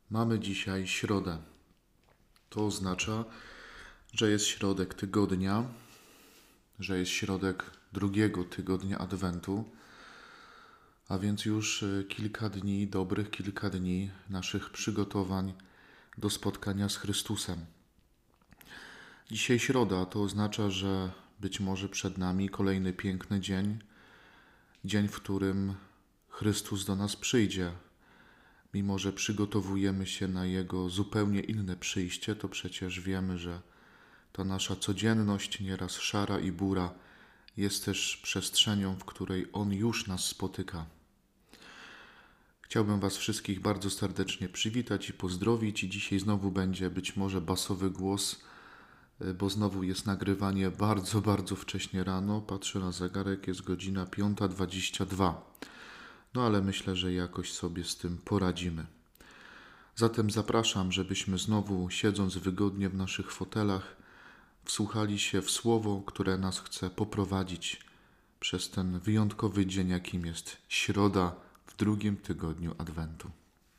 Mamy dzisiaj środę. To oznacza, że jest środek tygodnia, że jest środek drugiego tygodnia Adwentu, a więc już dobrych kilka dni naszych przygotowań do spotkania z Chrystusem. Dzisiaj środa, to oznacza, że być może przed nami kolejny piękny dzień, dzień, w którym Chrystus do nas przyjdzie. Mimo że przygotowujemy się na Jego zupełnie inne przyjście, to przecież wiemy, że ta nasza codzienność, nieraz szara i bura, jest też przestrzenią, w której On już nas spotyka. Chciałbym Was wszystkich bardzo serdecznie przywitać i pozdrowić. I dzisiaj znowu będzie być może basowy głos, bo znowu jest nagrywanie bardzo, bardzo wcześnie rano. Patrzę na zegarek, jest godzina 5:22. No ale myślę, że jakoś sobie z tym poradzimy. Zatem zapraszam, żebyśmy znowu, siedząc wygodnie w naszych fotelach, wsłuchali się w słowo, które nas chce poprowadzić przez ten wyjątkowy dzień, jakim jest środa w drugim tygodniu Adwentu.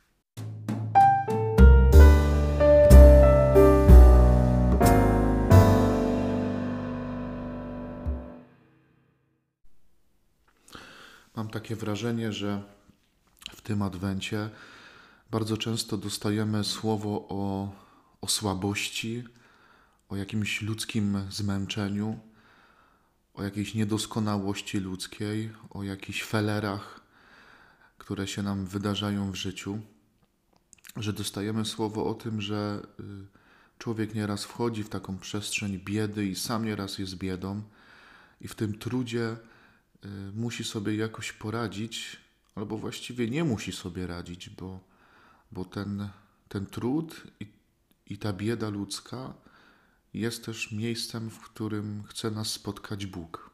Mam takie wrażenie, że w tym Adwencie bardzo często dostajemy słowo o słabości, o jakimś ludzkim zmęczeniu, o jakiejś niedoskonałości ludzkiej, o jakichś felerach, które się nam wydarzają w życiu, że dostajemy słowo o tym, że człowiek nieraz wchodzi w taką przestrzeń biedy i sam nieraz jest biedą i w tym trudzie musi sobie jakoś poradzić, albo właściwie nie musi sobie radzić, bo ten trud i ta bieda ludzka jest też miejscem, w którym chce nas spotkać Bóg.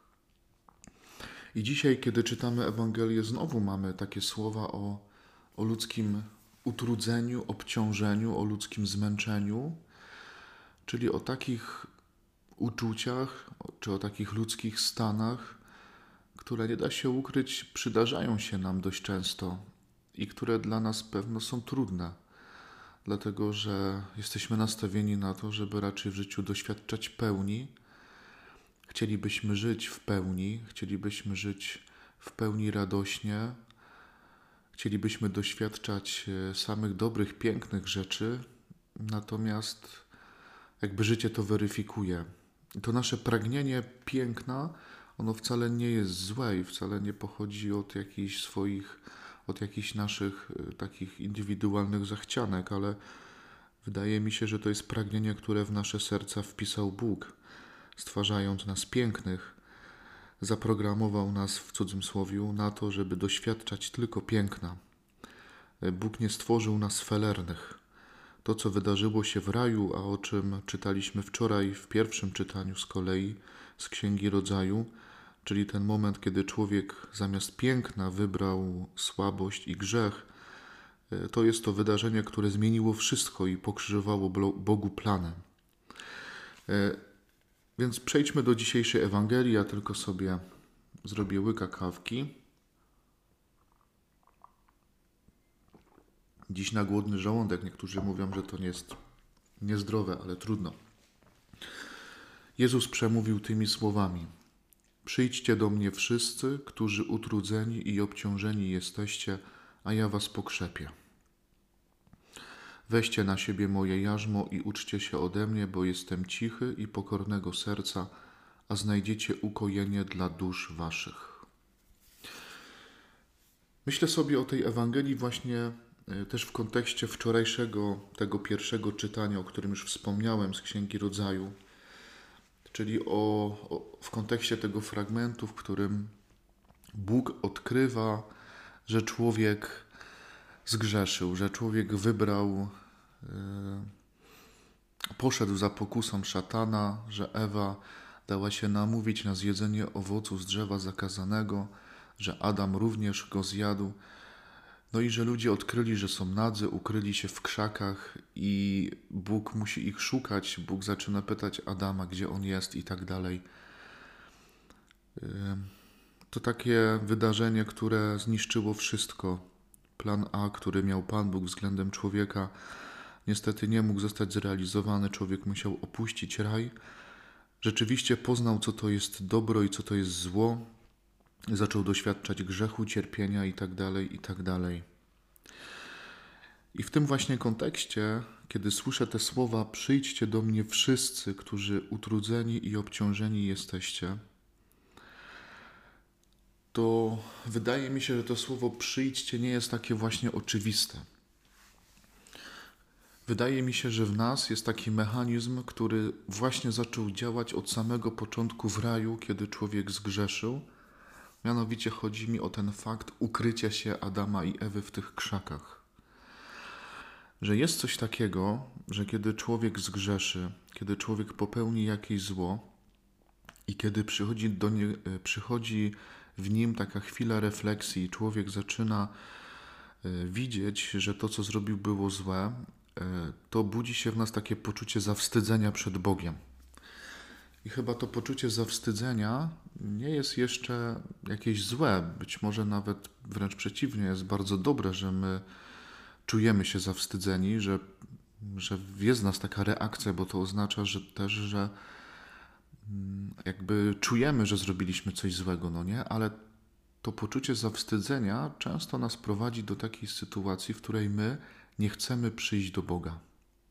I dzisiaj, kiedy czytamy Ewangelię, znowu mamy takie słowa o ludzkim utrudzeniu, obciążeniu, o ludzkim zmęczeniu, czyli o takich uczuciach, czy o takich ludzkich stanach, które nie da się ukryć, przydarzają się nam dość często i które dla nas pewno są trudne, dlatego że jesteśmy nastawieni na to, żeby raczej w życiu doświadczać pełni. Chcielibyśmy żyć w pełni, chcielibyśmy żyć w pełni radośnie, chcielibyśmy doświadczać samych dobrych, pięknych rzeczy, natomiast jakby życie to weryfikuje. I to nasze pragnienie piękna, ono wcale nie jest złe i wcale nie pochodzi od jakichś naszych takich indywidualnych zachcianek, ale wydaje mi się, że to jest pragnienie, które w nasze serca wpisał Bóg, stwarzając nas pięknych. Zaprogramował nas, w cudzysłowie, na to, żeby doświadczać tylko piękna. Bóg nie stworzył nas felernych. To, co wydarzyło się w raju, a o czym czytaliśmy wczoraj w pierwszym czytaniu z kolei z Księgi Rodzaju, czyli ten moment, kiedy człowiek zamiast piękna wybrał słabość i grzech, to jest to wydarzenie, które zmieniło wszystko i pokrzyżowało Bogu planem. Więc przejdźmy do dzisiejszej Ewangelii. Ja tylko sobie zrobię łyka kawki. Dziś na głodny żołądek. Niektórzy mówią, że to nie jest niezdrowe, ale trudno. Jezus przemówił tymi słowami: Przyjdźcie do mnie wszyscy, którzy utrudzeni i obciążeni jesteście, a ja was pokrzepię. Weźcie na siebie moje jarzmo i uczcie się ode mnie, bo jestem cichy i pokornego serca, a znajdziecie ukojenie dla dusz waszych. Myślę sobie o tej Ewangelii właśnie też w kontekście wczorajszego, tego pierwszego czytania, o którym już wspomniałem z Księgi Rodzaju, czyli w kontekście tego fragmentu, w którym Bóg odkrywa, że człowiek zgrzeszył, że człowiek poszedł za pokusą szatana, że Ewa dała się namówić na zjedzenie owocu z drzewa zakazanego, że Adam również go zjadł, no i że ludzie odkryli, że są nadzy, ukryli się w krzakach i Bóg musi ich szukać. Bóg zaczyna pytać Adama, gdzie on jest i tak dalej. To takie wydarzenie, które zniszczyło wszystko plan A, który miał Pan Bóg względem człowieka, niestety nie mógł zostać zrealizowany. Człowiek musiał opuścić raj. Rzeczywiście poznał, co to jest dobro i co to jest zło. Zaczął doświadczać grzechu, cierpienia itd., itd. I w tym właśnie kontekście, kiedy słyszę te słowa: przyjdźcie do mnie wszyscy, którzy utrudzeni i obciążeni jesteście, to wydaje mi się, że to słowo przyjdźcie nie jest takie właśnie oczywiste. Wydaje mi się, że w nas jest taki mechanizm, który właśnie zaczął działać od samego początku w raju, kiedy człowiek zgrzeszył. Mianowicie chodzi mi o ten fakt ukrycia się Adama i Ewy w tych krzakach. Że jest coś takiego, że kiedy człowiek zgrzeszy, kiedy człowiek popełni jakieś zło i kiedy przychodzi w nim taka chwila refleksji, człowiek zaczyna widzieć, że to, co zrobił, było złe, to budzi się w nas takie poczucie zawstydzenia przed Bogiem. I chyba to poczucie zawstydzenia nie jest jeszcze jakieś złe, być może nawet wręcz przeciwnie, jest bardzo dobre, że my czujemy się zawstydzeni, że jest w nas taka reakcja, bo to oznacza, że jakby czujemy, że zrobiliśmy coś złego, no nie? Ale to poczucie zawstydzenia często nas prowadzi do takiej sytuacji, w której my nie chcemy przyjść do Boga.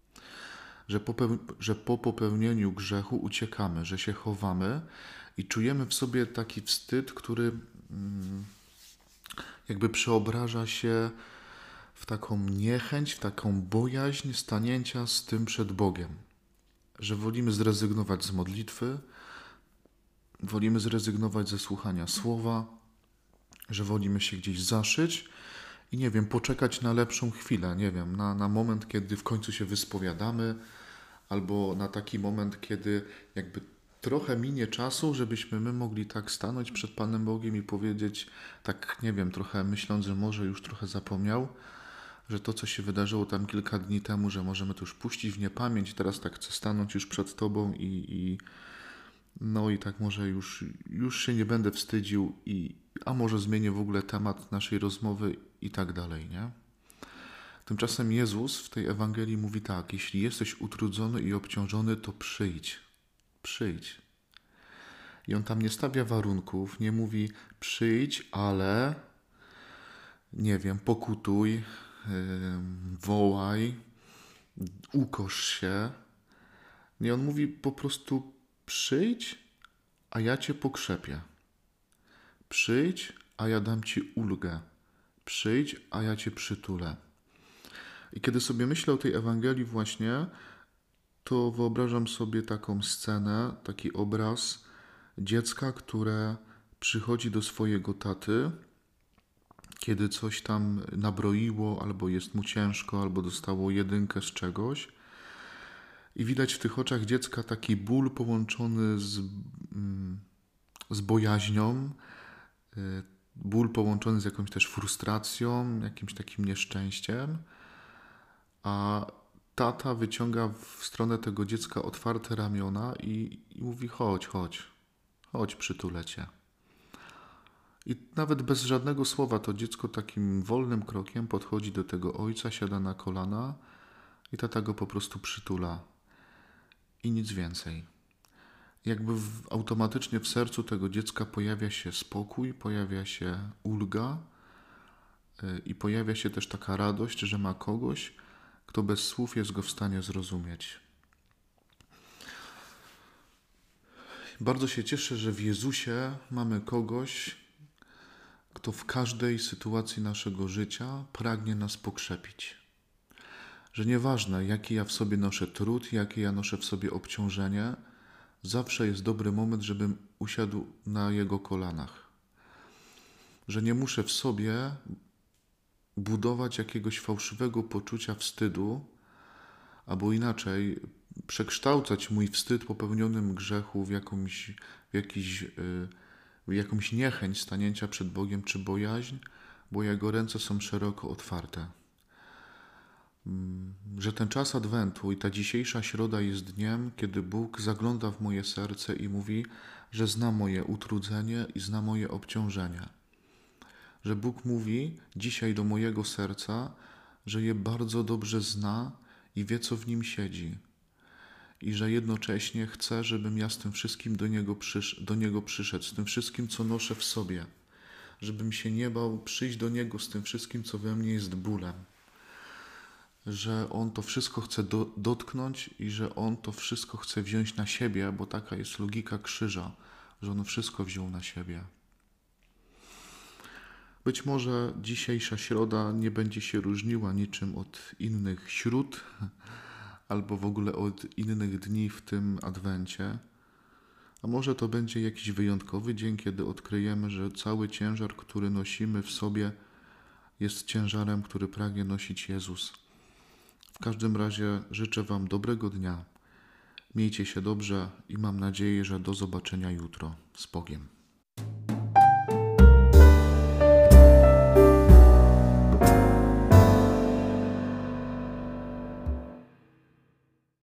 Że po popełnieniu grzechu uciekamy, że się chowamy i czujemy w sobie taki wstyd, który jakby przeobraża się w taką niechęć, w taką bojaźń stanięcia z tym przed Bogiem. Że wolimy zrezygnować z modlitwy, wolimy zrezygnować ze słuchania słowa, że wolimy się gdzieś zaszyć i nie wiem, poczekać na lepszą chwilę, nie wiem, na moment, kiedy w końcu się wyspowiadamy, albo na taki moment, kiedy jakby trochę minie czasu, żebyśmy my mogli tak stanąć przed Panem Bogiem i powiedzieć, tak nie wiem, trochę myśląc, że może już trochę zapomniał, że to, co się wydarzyło tam kilka dni temu, że możemy to już puścić w niepamięć, teraz tak chcę stanąć już przed Tobą no i tak może już się nie będę wstydził a może zmienię w ogóle temat naszej rozmowy i tak dalej, nie? Tymczasem Jezus w tej Ewangelii mówi tak: jeśli jesteś utrudzony i obciążony, to przyjdź. Przyjdź. I On tam nie stawia warunków, nie mówi przyjdź, ale nie wiem, pokutuj, wołaj, ukosz się. Nie, On mówi po prostu przyjdź, a ja Cię pokrzepię. Przyjdź, a ja dam Ci ulgę. Przyjdź, a ja Cię przytulę. I kiedy sobie myślę o tej Ewangelii właśnie, to wyobrażam sobie taką scenę, taki obraz dziecka, które przychodzi do swojego taty, kiedy coś tam nabroiło, albo jest mu ciężko, albo dostało jedynkę z czegoś. I widać w tych oczach dziecka taki ból połączony z bojaźnią, ból połączony z jakąś też frustracją, jakimś takim nieszczęściem. A tata wyciąga w stronę tego dziecka otwarte ramiona i mówi: chodź, przytulę cię. I nawet bez żadnego słowa to dziecko takim wolnym krokiem podchodzi do tego ojca, siada na kolana i tata go po prostu przytula. I nic więcej. Jakby automatycznie w sercu tego dziecka pojawia się spokój, pojawia się ulga i pojawia się też taka radość, że ma kogoś, kto bez słów jest go w stanie zrozumieć. Bardzo się cieszę, że w Jezusie mamy kogoś, kto w każdej sytuacji naszego życia pragnie nas pokrzepić. Że nieważne, jaki ja w sobie noszę trud, jakie ja noszę w sobie obciążenie, zawsze jest dobry moment, żebym usiadł na Jego kolanach. Że nie muszę w sobie budować jakiegoś fałszywego poczucia wstydu, albo inaczej przekształcać mój wstyd popełnionym grzechu w jakąś niechęć stanięcia przed Bogiem czy bojaźń, bo Jego ręce są szeroko otwarte. Że ten czas Adwentu i ta dzisiejsza środa jest dniem, kiedy Bóg zagląda w moje serce i mówi, że zna moje utrudzenie i zna moje obciążenie. że Bóg mówi dzisiaj do mojego serca, że je bardzo dobrze zna i wie, co w nim siedzi. I że jednocześnie chce, żebym ja z tym wszystkim do Niego przyszedł, z tym wszystkim, co noszę w sobie. Żebym się nie bał przyjść do Niego z tym wszystkim, co we mnie jest bólem. Że On to wszystko chce dotknąć i że On to wszystko chce wziąć na siebie, bo taka jest logika krzyża, że On wszystko wziął na siebie. Być może dzisiejsza środa nie będzie się różniła niczym od innych śród, albo w ogóle od innych dni w tym Adwencie. A może to będzie jakiś wyjątkowy dzień, kiedy odkryjemy, że cały ciężar, który nosimy w sobie, jest ciężarem, który pragnie nosić Jezus. W każdym razie życzę Wam dobrego dnia. Miejcie się dobrze i mam nadzieję, że do zobaczenia jutro. Z Bogiem.